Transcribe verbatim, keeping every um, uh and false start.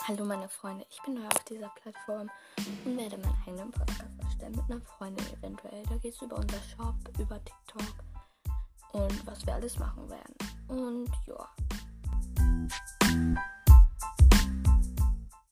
Hallo meine Freunde, ich bin neu auf dieser Plattform und werde meinen eigenen Podcast erstellen mit einer Freundin eventuell. Da geht es über unser Shop, über TikTok und was wir alles machen werden. Und ja.